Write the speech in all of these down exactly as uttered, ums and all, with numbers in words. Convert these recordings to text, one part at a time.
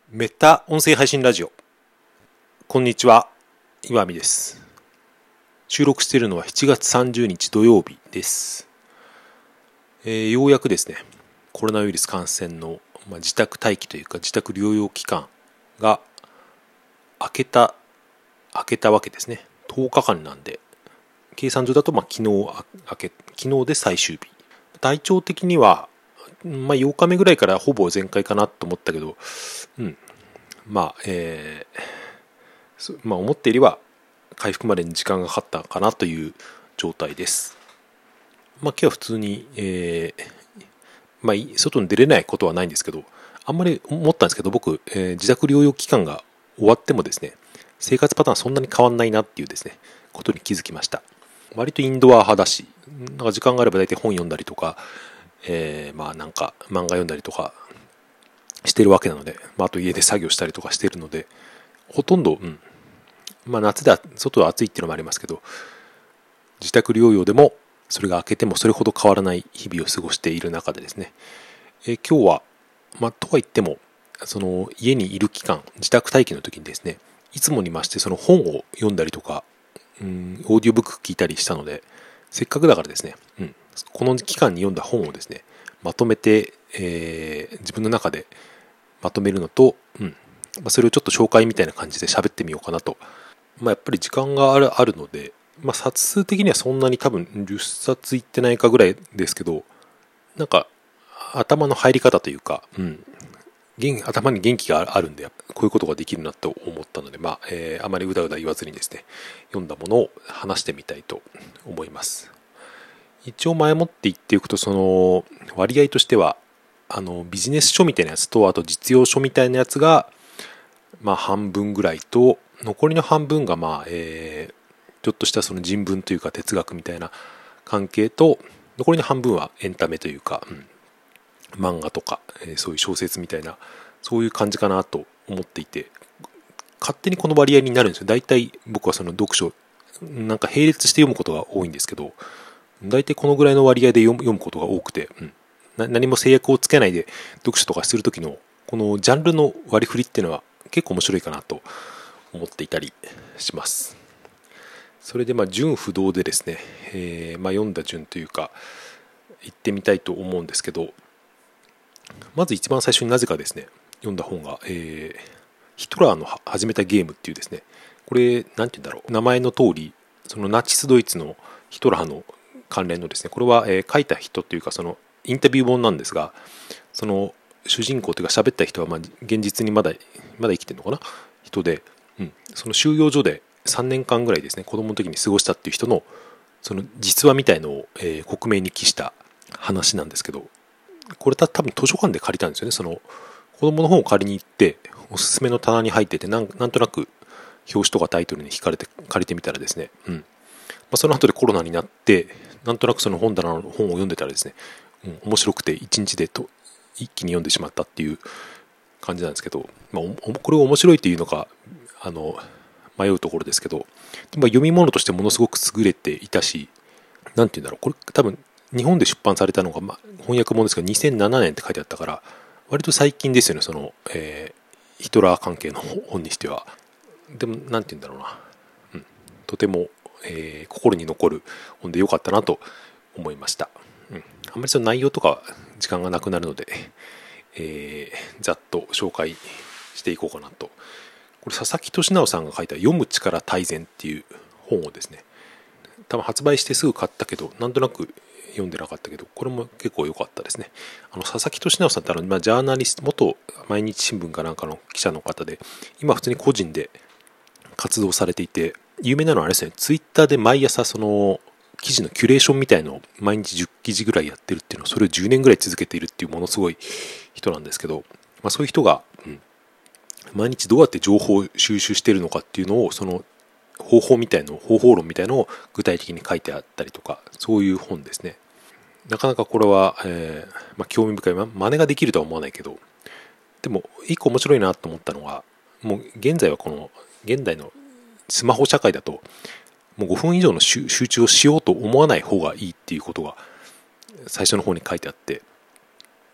メタ音声配信ラジオ。こんにちは、岩見です。収録しているのはしちがつさんじゅうにち土曜日です。えー、ようやくですね、コロナウイルス感染の、まあ、自宅待機というか自宅療養期間が明けた明けたわけですね。とおかかんなんで、計算上だとまあ昨日明け昨日で最終日。体調的にはまあ、ようかめぐらいからほぼ全開かなと思ったけど、うん、まあ、えー、まあ、思ったよりは回復までに時間がかかったかなという状態です。まあ、今日は普通に、えー、まあ、外に出れないことはないんですけど、あんまり思ったんですけど、僕、えー、自宅療養期間が終わってもですね、生活パターンそんなに変わんないなっていうですね、ことに気づきました。割とインドア派だし、なんか時間があれば大体本読んだりとか、えー、まあなんか漫画読んだりとかしてるわけなので、まあ、あと家で作業したりとかしてるので、ほとんど、うん、まあ夏で外は暑いっていうのもありますけど、自宅療養でもそれが明けてもそれほど変わらない日々を過ごしている中でですね、えー、今日は、まあとは言っても、その家にいる期間、自宅待機の時にですね、いつもに増してその本を読んだりとか、うん、オーディオブック聞いたりしたので、せっかくだからですね、うん、この期間に読んだ本をですね、まとめて、えー、自分の中でまとめるのと、うんまあ、それをちょっと紹介みたいな感じで喋ってみようかなと。まあ、やっぱり時間があるあるので、まあ、冊数的にはそんなに多分じゅっさついってないかぐらいですけど、なんか頭の入り方というか、うん、頭に元気があるんで、こういうことができるなと思ったので、まあえー、あまりうだうだ言わずにですね、読んだものを話してみたいと思います。一応前もって言っていくと、その割合としてはあのビジネス書みたいなやつと、あと実用書みたいなやつがまあ半分ぐらいと、残りの半分がまあ、えー、ちょっとしたその人文というか哲学みたいな関係と、残りの半分はエンタメというか、うん、漫画とか、えー、そういう小説みたいな、そういう感じかなと思っていて、勝手にこの割合になるんですよ。大体僕はその読書なんか並列して読むことが多いんですけど、大体このぐらいの割合で読む読むことが多くて、うん、何も制約をつけないで読書とかするときのこのジャンルの割り振りっていうのは結構面白いかなと思っていたりします。それでまあ順不動でですね、えー、まあ読んだ順というか言ってみたいと思うんですけど、まず一番最初になぜかですね読んだ本が、えー、ヒトラーの始めたゲームっていうですね、これなんて言うんだろう、名前の通りそのナチスドイツのヒトラーの関連のですね、これは、えー、書いた人というかそのインタビュー本なんですが、その主人公というか喋った人は、まあ、現実にまだまだ生きてるのかな人で、うん、その収容所でさんねんかんぐらいですね、子供の時に過ごしたっていう人のその実話みたいのを、えー、克明に記した話なんですけど、これた多分図書館で借りたんですよね。その子供の本を借りに行っておすすめの棚に入ってて、なんなんとなく表紙とかタイトルに惹かれて借りてみたらですね、うんまあ、その後でコロナになってなんとなくその本棚の本を読んでたらですね、うん、面白くて一日でと一気に読んでしまったっていう感じなんですけど、まあ、これを面白いというのかあの迷うところですけど、まあ、読み物としてものすごく優れていたし、なんていうんだろう、これ多分日本で出版されたのが、まあ、翻訳本ですがにせんななねんって書いてあったから割と最近ですよね、その、えー、ヒトラー関係の本にしては。でもなんていうんだろうな、うん、とても、えー、心に残る本で良かったなと思いました。うん、あんまりその内容とか時間がなくなるので、えー、ざっと紹介していこうかなと。これ佐々木俊直さんが書いた読む力大全っていう本をですね、多分発売してすぐ買ったけどなんとなく読んでなかったけど、これも結構良かったですね。あの佐々木俊直さんってあの、まあ、ジャーナリスト、元毎日新聞かなんかの記者の方で、今普通に個人で活動されていて、有名なのはあれですね、ツイッターで毎朝その記事のキュレーションみたいのを毎日じゅっきじぐらいやってるっていうのを、それをじゅうねんぐらい続けているっていうものすごい人なんですけど、まあ、そういう人が、うん、毎日どうやって情報を収集しているのかっていうのを、その方法みたいの方法論みたいのを具体的に書いてあったりとか、そういう本ですね。なかなかこれは、えーまあ、興味深い、ま、真似ができるとは思わないけど、でも一個面白いなと思ったのが、もう現在はこの現代のスマホ社会だともうごふん以上の集中をしようと思わない方がいいっていうことが最初の方に書いてあって、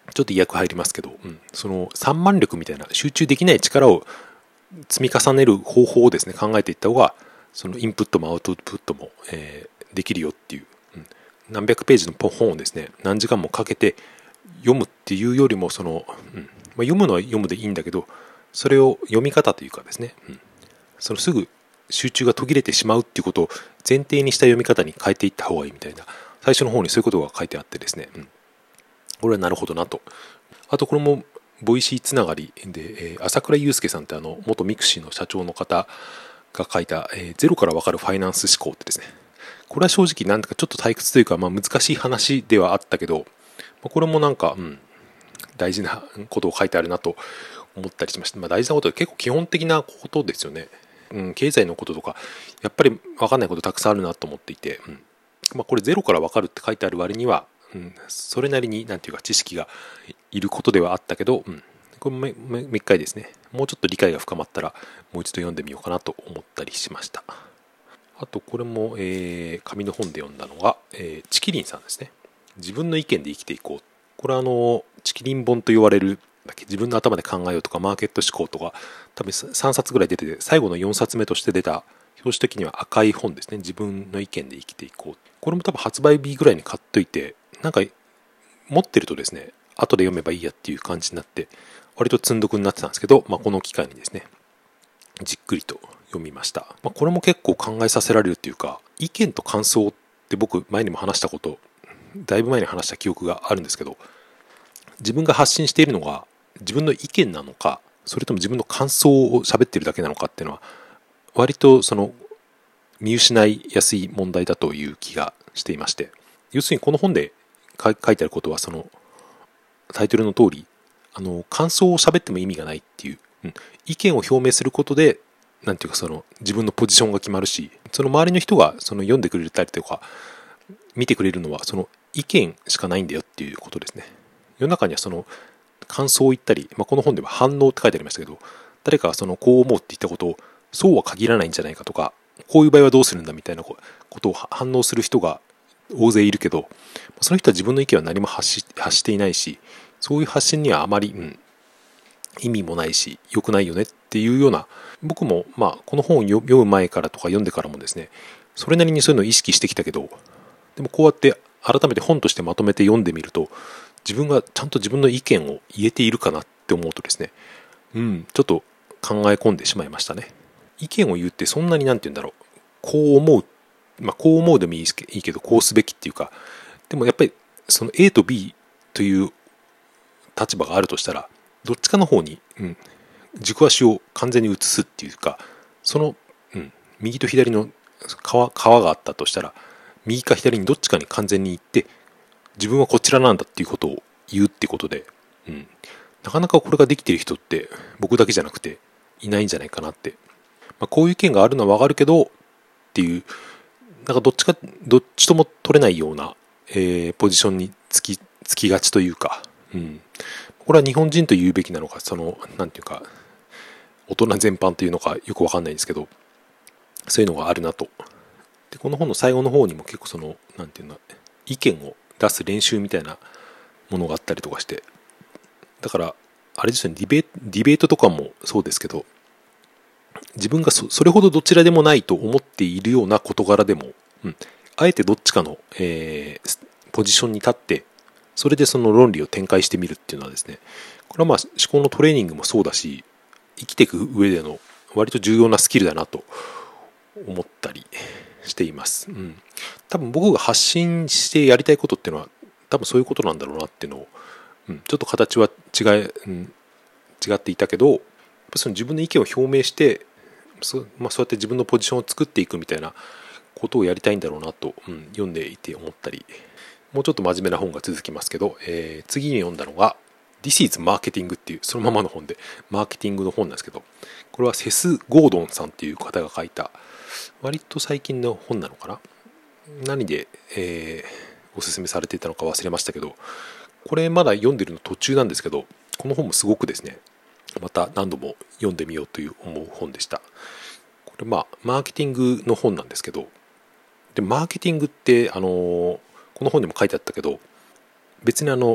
ちょっと意訳入りますけど、うん、その散漫力みたいな集中できない力を積み重ねる方法をですね考えていった方が、そのインプットもアウトプットも、えー、できるよっていう、うん、何百ページの本をですね何時間もかけて読むっていうよりも、その、うんまあ、読むのは読むでいいんだけど、それを読み方というかですね、うん、そのすぐ集中が途切れてしまうっていうことを前提にした読み方に変えていった方がいいみたいな、最初の方にそういうことが書いてあってですね、うん、これはなるほどなと。あとこれもボイシーつながりで、えー、朝倉祐介さんってあの元ミクシーの社長の方が書いた、えー、ゼロから分かるファイナンス思考ってですね、これは正直なんとかちょっと退屈というか、まあ、難しい話ではあったけど、これもなんか、うん、大事なことを書いてあるなと思ったりしました。まあ、大事なことは結構基本的なことですよね。うん、経済のこととかやっぱり分かんないことたくさんあるなと思っていて、うんまあ、これゼロから分かるって書いてある割には、うん、それなりになんていうか知識がいることではあったけど、うん、これももう一回ですね、もうちょっと理解が深まったらもう一度読んでみようかなと思ったりしました。あとこれも、えー、紙の本で読んだのが、えー、チキリンさんですね。自分の意見で生きていこう。これはあのチキリン本と言われる自分の頭で考えようとかマーケット思考とか多分さんさつぐらい出てて、最後のよんさつめとして出た表紙的には赤い本ですね。自分の意見で生きていこう。これも多分発売日ぐらいに買っといて、なんか持ってるとですね後で読めばいいやっていう感じになって割と積んどくになってたんですけど、まあ、この機会にですねじっくりと読みました。まあ、これも結構考えさせられるっていうか、意見と感想って僕前にも話したことだいぶ前に話した記憶があるんですけど、自分が発信しているのが自分の意見なのか、それとも自分の感想を喋ってるだけなのかっていうのは割とその見失いやすい問題だという気がしていまして、要するにこの本で書いてあることは、そのタイトルの通りあの感想を喋っても意味がないっていう、うん、意見を表明することでなんていうかその自分のポジションが決まるし、その周りの人がその読んでくれたりとか見てくれるのはその意見しかないんだよっていうことですね。世の中にはその感想を言ったり、まあ、この本では反応って書いてありましたけど、誰かがそのこう思うって言ったことをそうは限らないんじゃないかとか、こういう場合はどうするんだみたいなことを反応する人が大勢いるけど、その人は自分の意見は何も発し、発していないし、そういう発信にはあまり、うん、意味もないし良くないよねっていうような、僕もまあこの本を読む前からとか読んでからもですね、それなりにそういうのを意識してきたけど、でもこうやって改めて本としてまとめて読んでみると、自分がちゃんと自分の意見を言えているかなって思うとですね、うんちょっと考え込んでしまいましたね。意見を言うってそんなになんて言うんだろう、こう思う、まあこう思うでもいいけどこうすべきっていうか、でもやっぱりその A と B という立場があるとしたら、どっちかの方に、うん、軸足を完全に移すっていうか、その、うん、右と左の川、川があったとしたら、右か左にどっちかに完全に行って、自分はこちらなんだっていうことを言うってことで、うん、なかなかこれができている人って僕だけじゃなくていないんじゃないかなって、まあ、こういう意見があるのはわかるけどっていう、なんかどっちかどっちとも取れないような、えー、ポジションにつきつきがちというか、うん、これは日本人と言うべきなのか、そのなんていうか大人全般というのかよくわかんないんですけど、そういうのがあるなと。でこの本の最後の方にも結構そのなんていうの意見を出す練習みたいなものがあったりとかして、だからあれですよね、ディベ、ディベートとかもそうですけど、自分が そ, それほどどちらでもないと思っているような事柄でも、うん、あえてどっちかの、えー、ポジションに立ってそれでその論理を展開してみるっていうのはですね、これはまあ思考のトレーニングもそうだし、生きていく上での割と重要なスキルだなと思ったりしています。うん、多分僕が発信してやりたいことっていうのは多分そういうことなんだろうなっていうのを、うん、ちょっと形は違い、うん、違っていたけど、やっぱその自分の意見を表明してそ,、まあ、そうやって自分のポジションを作っていくみたいなことをやりたいんだろうなと、うん、読んでいて思ったり、もうちょっと真面目な本が続きますけど、えー、次に読んだのが This is Marketing っていうそのままの本でマーケティングの本なんですけど、これはセス・ゴードンさんっていう方が書いた割と最近の本なのかな、何で、えー、おすすめされていたのか忘れましたけど、これまだ読んでるの途中なんですけど、この本もすごくですね、また何度も読んでみようという思う本でした。これまあマーケティングの本なんですけど、でマーケティングってあのー、この本でも書いてあったけど、別にあの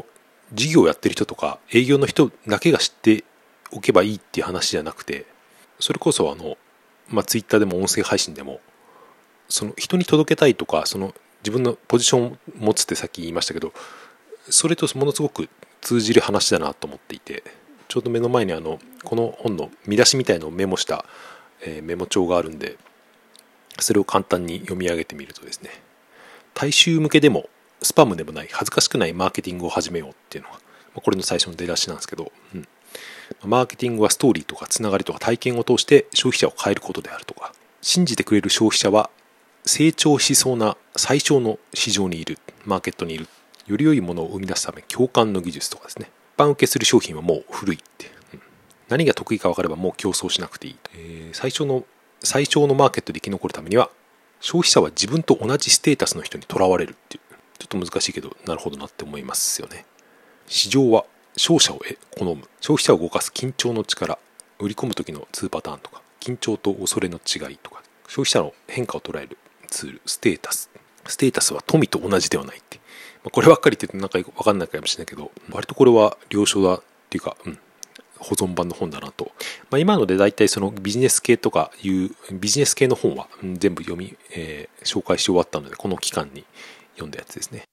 事業をやってる人とか営業の人だけが知っておけばいいっていう話じゃなくて、それこそあの、まあ、ツイッターでも音声配信でもその人に届けたいとか、その自分のポジションを持つってさっき言いましたけど、それとものすごく通じる話だなと思っていて、ちょうど目の前にあのこの本の見出しみたいのをメモした、えーメモ帳があるんで、それを簡単に読み上げてみるとですね、大衆向けでもスパムでもない恥ずかしくないマーケティングを始めようっていうのが、まあ、これの最初の出だしなんですけど、うん、マーケティングはストーリーとかつながりとか体験を通して消費者を変えることであるとか、信じてくれる消費者は成長しそうな最小の市場にいる、マーケットにいる、より良いものを生み出すため共感の技術とかですね、一般受けする商品はもう古いって、うん、何が得意か分かればもう競争しなくていい、えー、最初の最小のマーケットで生き残るためには消費者は自分と同じステータスの人にとらわれるっていう、ちょっと難しいけどなるほどなって思いますよね。市場は勝者を好む、消費者を動かす緊張の力、売り込む時のにパターンとか、緊張と恐れの違いとか、消費者の変化を捉えるツール、ステータスステータスは富と同じではないって、まあ、こればっかり言ってなんか分かんないかもしれないけど、割とこれは了承だっていうか、うん、保存版の本だなと、まあ、今ので大体そのビジネス系とかいうビジネス系の本は全部読み、えー、紹介し終わったので、この期間に読んだやつですね。